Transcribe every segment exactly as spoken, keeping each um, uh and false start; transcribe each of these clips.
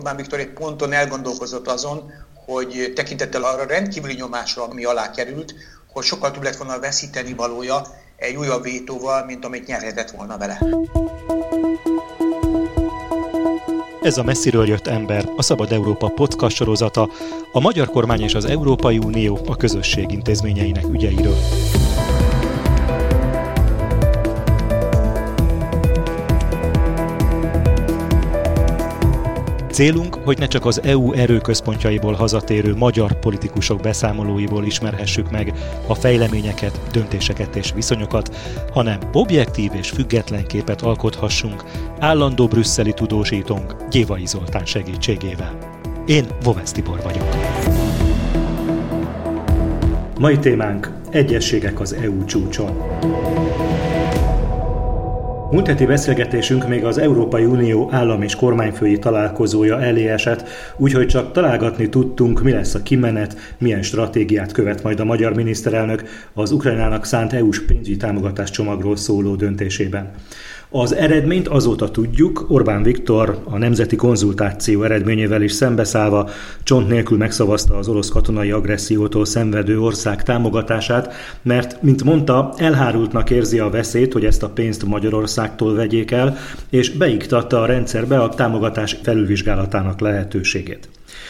Orbán Viktor egy ponton elgondolkozott azon, hogy tekintettel arra rendkívüli nyomásra, ami alá került, hogy sokkal több lett volna a veszíteni valója egy újabb vétóval, mint amit nyerhetett volna vele. Ez a Messziről jött ember, a Szabad Európa podcast sorozata, a magyar kormány és az Európai Unió a közösség intézményeinek ügyeiről. Célunk, hogy ne csak az é u erőközpontjaiból hazatérő magyar politikusok beszámolóiból ismerhessük meg a fejleményeket, döntéseket és viszonyokat, hanem objektív és független képet alkothassunk állandó brüsszeli tudósítónk Gyévai Zoltán segítségével. Én Vovesz Tibor vagyok. Mai témánk: egyezségek az é u csúcson. Múlt heti beszélgetésünk még az Európai Unió állam- és kormányfői találkozója elé esett, úgyhogy csak találgatni tudtunk, mi lesz a kimenet, milyen stratégiát követ majd a magyar miniszterelnök az Ukrajnának szánt é u-s pénzügyi támogatás csomagról szóló döntésében. Az eredményt azóta tudjuk, Orbán Viktor a nemzeti konzultáció eredményével is szembeszállva csont nélkül megszavazta az orosz katonai agressziótól szenvedő ország támogatását, mert, mint mondta, elhárultnak érzi a veszélyt, hogy ezt a pénzt Magyarországtól vegyék el, és beiktatta a rendszerbe a támogatás felülvizsgálatának lehetőségét.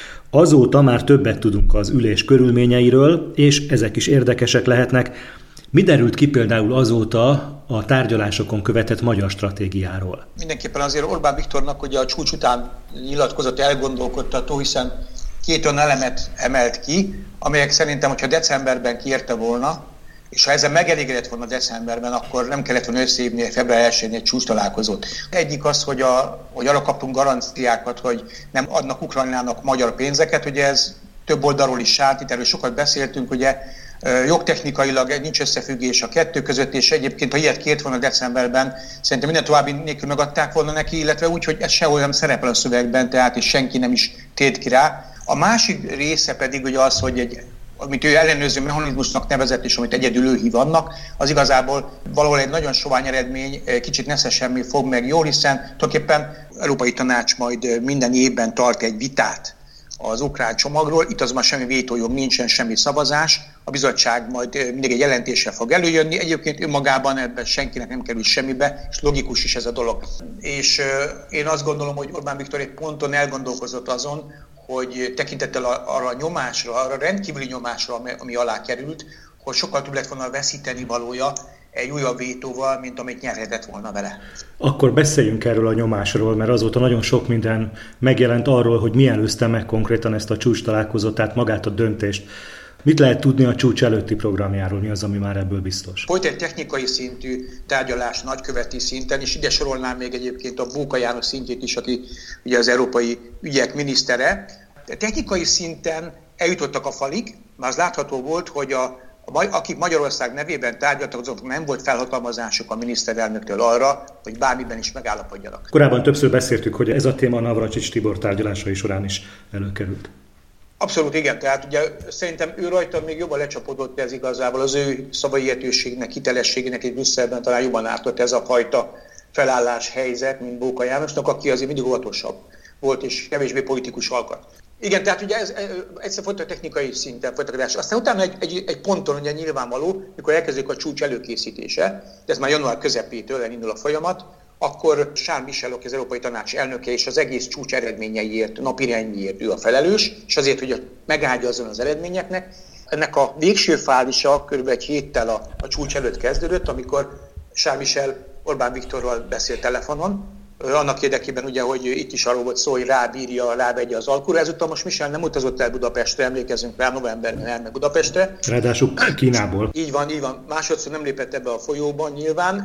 Azóta már többet tudunk az ülés körülményeiről, és ezek is érdekesek lehetnek. Mi derült ki például azóta a tárgyalásokon követett magyar stratégiáról? Mindenképpen azért Orbán Viktornak ugye a csúcs után nyilatkozott, elgondolkodtató, hiszen két olyan elemet emelt ki, amelyek szerintem, hogyha decemberben kiérte volna, és ha ezzel megelégedett volna decemberben, akkor nem kellett volna összehívni február elsején egy csúcs találkozót. Egyik az, hogy, a, hogy arra kaptunk garanciákat, hogy nem adnak Ukrajnának magyar pénzeket, ugye ez több oldalról is sárt, itt erről sokat beszéltünk, ugye jogtechnikailag nincs összefüggés a kettő között, és egyébként, ha ilyet kért volna decemberben, szerintem minden további nélkül megadták volna neki, illetve úgy, hogy ez sehol nem szerepel a szövegben, tehát és senki nem is tért ki rá. A másik része pedig ugye az, hogy egy, amit ő ellenőrző mechanizmusnak nevezett, és amit egyedül ő hív annak, az igazából valahol egy nagyon sovány eredmény, kicsit nesze semmi fog meg jól, hiszen tulajdonképpen Európai Tanács majd minden évben tart egy vitát az ukrán csomagról, itt azonban semmi vétójog nincsen, semmi szavazás, a bizottság majd mindig egy jelentéssel fog előjönni, egyébként önmagában ebben senkinek nem kerül semmibe, és logikus is ez a dolog. És euh, én azt gondolom, hogy Orbán Viktor egy ponton elgondolkozott azon, hogy tekintettel arra a nyomásra, arra a rendkívüli nyomásra, ami alá került, hogy sokkal több lett volna a veszíteni valója egy újabb vétóval, mint amit nyerhetett volna vele. Akkor beszéljünk erről a nyomásról, mert azóta nagyon sok minden megjelent arról, hogy mi előzte meg konkrétan ezt a csúcs találkozót, tehát magát a döntést. Mit lehet tudni a csúcs előtti programjáról, mi az, ami már ebből biztos? Volt egy technikai szintű tárgyalás nagyköveti szinten, és ide sorolnám még egyébként a Bóka János szintjét is, aki ugye az európai ügyek minisztere. De technikai szinten eljutottak a falig, már az látható volt, hogy a akik Magyarország nevében tárgyaltak, azoknak nem volt felhatalmazásuk a miniszterelnöktől arra, hogy bármiben is megállapodjanak. Korábban többször beszéltük, hogy ez a téma a Navracsics Tibor tárgyalásai során is előkerült. Abszolút igen, tehát ugye szerintem ő rajta még jobban lecsapódott ez igazából, az ő szavai értőségnek, hitelességének egy Brüsszelben talán jobban ártott ez a fajta felállás helyzet, mint Bóka Jánosnak, aki azért mindig óvatosabb volt és kevésbé politikus alkat. Igen, tehát ugye ez egyszer folyt a technikai szinten folytatás. Aztán utána egy, egy, egy ponton ugye nyilvánvaló, mikor elkezdődik a csúcs előkészítése, de ez már január közepétől elindul a folyamat, akkor Charles Michel, az Európai Tanács elnöke és az egész csúcs eredményeiért, napirendjéért ő a felelős, és azért, hogy megágyazzon az eredményeknek. Ennek a végső fázisa körülbelül egy héttel a, a csúcs előtt kezdődött, amikor Charles Michel Orbán Viktorral beszélt telefonon, annak érdekében ugye, hogy itt is arról volt szó, hogy rábírja, rávegye az alkura. Ezúttal most Michel nem utazott el Budapestre, emlékezünk rá, novemberben elmegy Budapestre. Ráadásul Kínából. Így van, így van. Másodszor nem lépett ebbe a folyóban nyilván,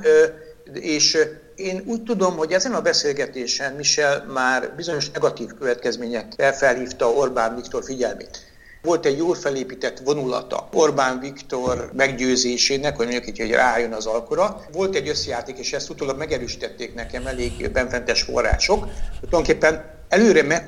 és én úgy tudom, hogy ezen a beszélgetésen Michel már bizonyos negatív következményekre felhívta Orbán Viktor figyelmét. Volt egy jól felépített vonulata Orbán Viktor meggyőzésének, hogy mondjuk így, hogy rájön az alkura. Volt egy összjáték, és ezt utólag megerősítették nekem elég benfentes források. Tulajdonképpen előre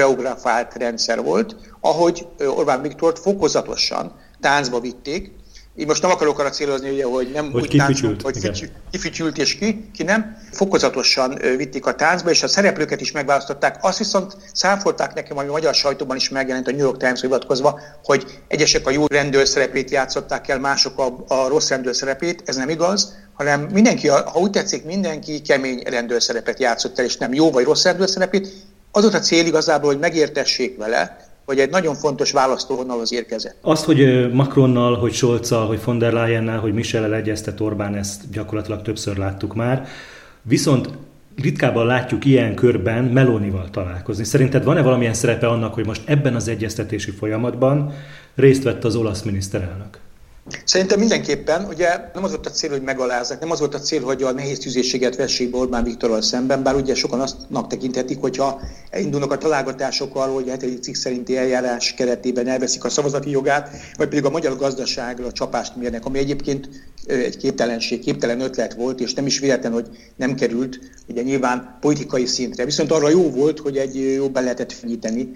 megkoreografált rendszer volt, ahogy Orbán Viktort fokozatosan táncba vitték, Én most nem akarok arra célozni, ugye, hogy nem hogy úgy kifütyült, táncol, hogy kifütyült és ki, ki nem. Fokozatosan vitték a táncba, és a szereplőket is megválasztották. Azt viszont száfolták nekem, ami a magyar sajtóban is megjelent a New York Times hivatkozva, hogy egyesek a jó rendőr szerepét játszották el, mások a, a rossz rendőr szerepét. Ez nem igaz, hanem mindenki, ha úgy tetszik, mindenki kemény rendőr szerepet játszott el, és nem jó vagy rossz rendőr szerepét. Az volt a cél igazából, hogy megértessék vele, hogy egy nagyon fontos választóvonalhoz érkezett. Azt, hogy Macronnal, hogy Scholzzal, hogy von der Leyennel, hogy Michellel egyeztet Orbán, ezt gyakorlatilag többször láttuk már. Viszont ritkábban látjuk ilyen körben Melonival találkozni. Szerinted van-e valamilyen szerepe annak, hogy most ebben az egyeztetési folyamatban részt vett az olasz miniszterelnök? Szerintem mindenképpen, ugye nem az volt a cél, hogy megalázzák, nem az volt a cél, hogy a nehéz tüzérséget vessék be Orbán Viktorral szemben, bár ugye sokan aztnak tekinthetik, hogyha elindulnak a találgatások arról, hogy a hetedik cikk szerinti eljárás keretében elveszik a szavazati jogát, vagy pedig a magyar gazdaságra csapást mérnek, ami egyébként egy képtelenség, képtelen ötlet volt, és nem is véletlen, hogy nem került ugye nyilván politikai szintre. Viszont arra jó volt, hogy egy jó be lehetett fenyíteni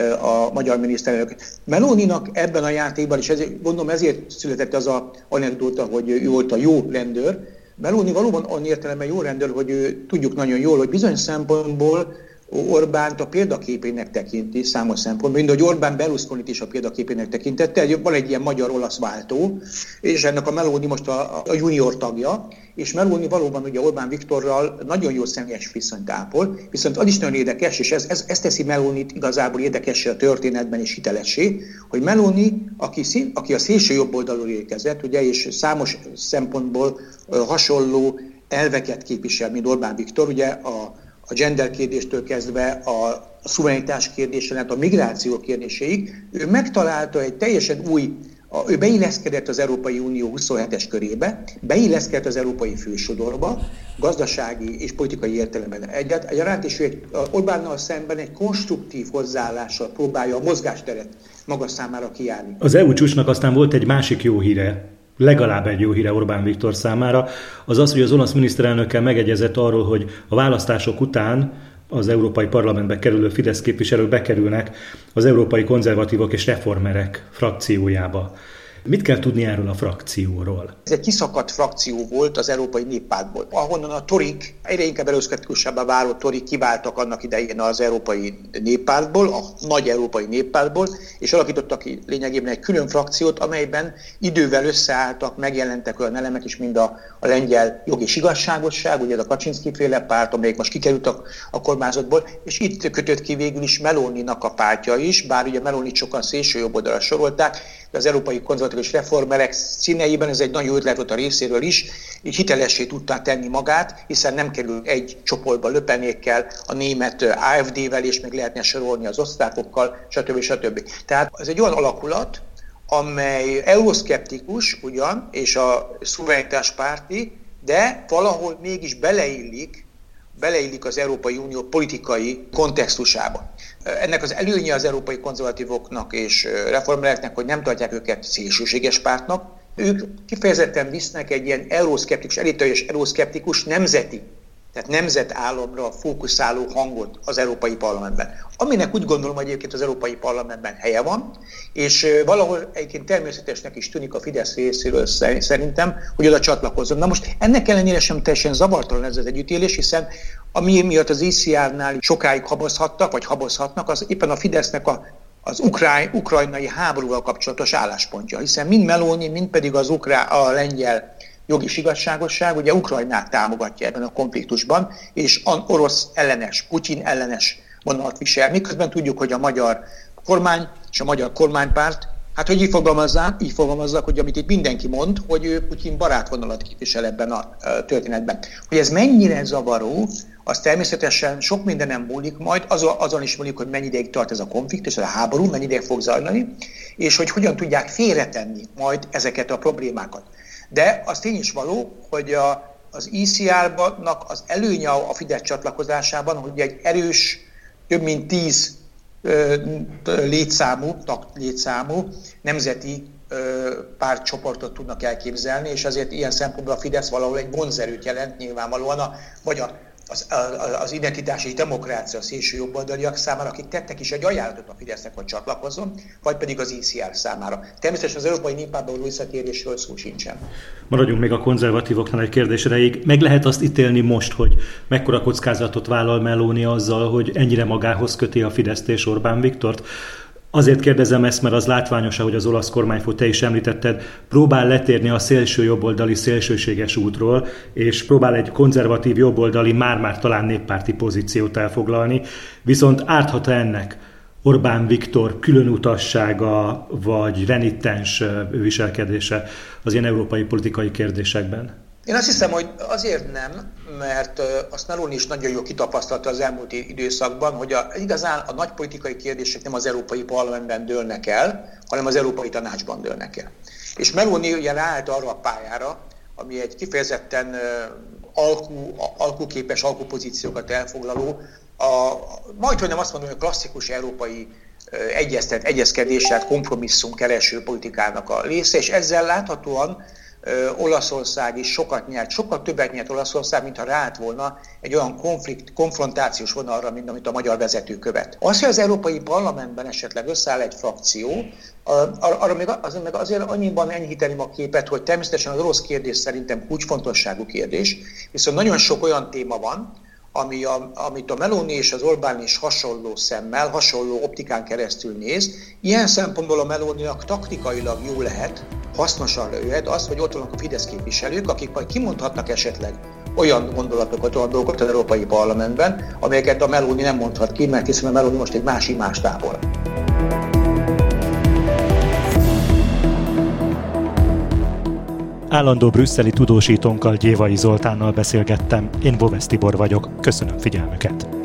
a magyar miniszterelnök. Meloninak ebben a játékban, és ezért, gondolom ezért született az a anekdóta, hogy ő volt a jó rendőr. Meloni valóban olyan értelemben jó rendőr, hogy ő, tudjuk nagyon jól, hogy bizonyos szempontból Orbánt a példaképének tekinti, számos szempontból, mind hogy Orbán Berlusconit is a példaképének tekintette. Van egy ilyen magyar-olasz váltó, és ennek a Meloni most a, a junior tagja, és Meloni valóban ugye Orbán Viktorral nagyon jó személyes viszonyt ápol, viszont az is nagyon érdekes, és ez, ez, ez teszi Melonit igazából érdekessé a történetben és hitelessé, hogy Meloni, aki, szín, aki a szélső jobb oldalról érkezett, ugye, és számos szempontból uh, hasonló elveket képvisel, mint Orbán Viktor, ugye a a gender kérdéstől kezdve a, a szuverenitás kérdésen, a migráció kérdéséig, ő megtalálta egy teljesen új, a, ő beilleszkedett az Európai Unió huszonhetes körébe, beilleszkedett az európai fősodorba, gazdasági és politikai értelemben egyaránt, és ő egy, Orbánnal szemben egy konstruktív hozzáállással próbálja a mozgásteret maga számára kiállni. Az é u csúcsnak aztán volt egy másik jó híre, legalább egy jó híre Orbán Viktor számára, az az, hogy az olasz miniszterelnökkel megegyezett arról, hogy a választások után az Európai Parlamentbe kerülő Fidesz képviselők bekerülnek az Európai Konzervatívok és Reformerek frakciójába. Mit kell tudni erről a frakcióról? Ez egy kiszakadt frakció volt az Európai Néppártból, ahonnan a torik, egyre inkább euroszkeptikusabbá váló torik kiváltak annak idején az Európai Néppártból, a nagy Európai Néppártból, és alakítottak ki lényegében egy külön frakciót, amelyben idővel összeálltak, megjelentek olyan elemek is, mint a, a lengyel jog és igazságosság, ugye ez a Kaczynszki-féle párt, amelyik most kikerült a, a kormányzatból, és itt kötött ki végül is Meloninak a pártja is, bár ugye Melonit sokan szélső jobb oldalra sorolták, de az Európai Konzervatívok és Reformerek színeiben ez egy nagyon ötlet volt a részéről is, így hitelessé tudták tenni magát, hiszen nem kerül egy csoportba löpenékkel, a német á ef dé-vel, és meg lehetne sorolni az osztrákokkal, stb. stb. Tehát ez egy olyan alakulat, amely euroszkeptikus ugyan, és a szuverenitáspárti, de valahol mégis beleillik, beleillik az Európai Unió politikai kontextusába. Ennek az előnye az európai konzervatívoknak és reformereknek, hogy nem tartják őket szélsőséges pártnak. Ők kifejezetten visznek egy ilyen euroszkeptikus, elitteljes euroszkeptikus nemzeti, tehát nemzetállamra fókuszáló hangot az Európai Parlamentben. Aminek úgy gondolom, hogy egyébként az Európai Parlamentben helye van, és valahol egyébként természetesnek is tűnik a Fidesz részéről szerintem, hogy oda csatlakozzon. Na most ennek ellenére sem teljesen zavartalan ez az együttélés, hiszen ami miatt az i cé er-nál sokáig habozhattak, vagy habozhatnak, az éppen a Fidesznek a, az ukráj, ukrajnai háborúval kapcsolatos álláspontja, hiszen mind Meloni, mind pedig az ukrá, a lengyel jog és igazságosság ugye Ukrajnát támogatja ebben a konfliktusban, és orosz ellenes, Putyin ellenes vonalat visel. Miközben tudjuk, hogy a magyar kormány és a magyar kormánypárt, hát hogy így fogalmazzák, így fogalmazzak, hogy amit itt mindenki mond, hogy ő Putyin barátvonalat képvisel ebben a történetben. Hogy ez mennyire zavaró, az természetesen sok mindenem múlik majd, azon, azon is múlik, hogy mennyi ideig tart ez a konfliktus, ez a háború, mennyi ideig fog zajlani, és hogy hogyan tudják félretenni majd ezeket a problémákat. De az tény is való, hogy a, az i cé er-nak az előnye a Fidesz csatlakozásában, hogy egy erős, több mint tíz ö, létszámú, tag létszámú nemzeti ö, pártcsoportot tudnak elképzelni, és azért ilyen szempontból a Fidesz valahol egy vonzerőt jelent nyilvánvalóan a, vagy a az, az identitási demokrácia a szélső jobboldaliak számára, akik tettek is egy ajánlatot a Fidesznek, hogy csatlakozzon, vagy pedig az i cé er számára. Természetesen az Európai Néppártban visszatérésről szó sincsen. Maradjunk még a konzervatívoknál egy kérdés erejéig. Meg lehet azt ítélni most, hogy mekkora kockázatot vállal Meloni azzal, hogy ennyire magához köti a Fideszt és Orbán Viktort? Azért kérdezem ezt, mert az látványos, ahogy az olasz kormányfő, te is említetted, próbál letérni a szélső jobboldali szélsőséges útról, és próbál egy konzervatív jobboldali, már-már talán néppárti pozíciót elfoglalni, viszont árthat ennek Orbán Viktor külön utassága, vagy renittens viselkedése az ilyen európai politikai kérdésekben? Én azt hiszem, hogy azért nem, mert azt Meloni is nagyon jól kitapasztalta az elmúlt időszakban, hogy a, igazán a nagy politikai kérdések nem az Európai Parlamentben dőlnek el, hanem az Európai Tanácsban dőlnek el. És Meloni ugye ráállt arra a pályára, ami egy kifejezetten alkú, alkuképes alkupozíciókat elfoglaló, a, majdhogy nem azt mondom, hogy a klasszikus európai egyeztet, egyezkedéssel, kompromisszum kereső politikának a része, és ezzel láthatóan Olaszország is sokat nyert, sokkal többet nyert Olaszország, mintha ráállt volna egy olyan konflikt, konfrontációs vonalra, mint amit a magyar vezető követ. Az, hogy az Európai Parlamentben esetleg összeáll egy frakció, arra még, az, meg azért annyiban enyhíteném a képet, hogy természetesen az orosz kérdés szerintem kulcsfontosságú kérdés, viszont nagyon sok olyan téma van, Ami a, amit a Meloni és az Orbán is hasonló szemmel, hasonló optikán keresztül néz. Ilyen szempontból a Meloninak taktikailag jó lehet, hasznosan jöhet az, hogy ott vannak a Fidesz képviselők, akik majd kimondhatnak esetleg olyan gondolatokat, olyan dolgokat az Európai Parlamentben, amelyeket a Meloni nem mondhat ki, mert hiszen a Meloni most egy más imás tábor. Állandó brüsszeli tudósítónkkal, Gyévai Zoltánnal beszélgettem. Én Bovesz Tibor vagyok. Köszönöm figyelmüket!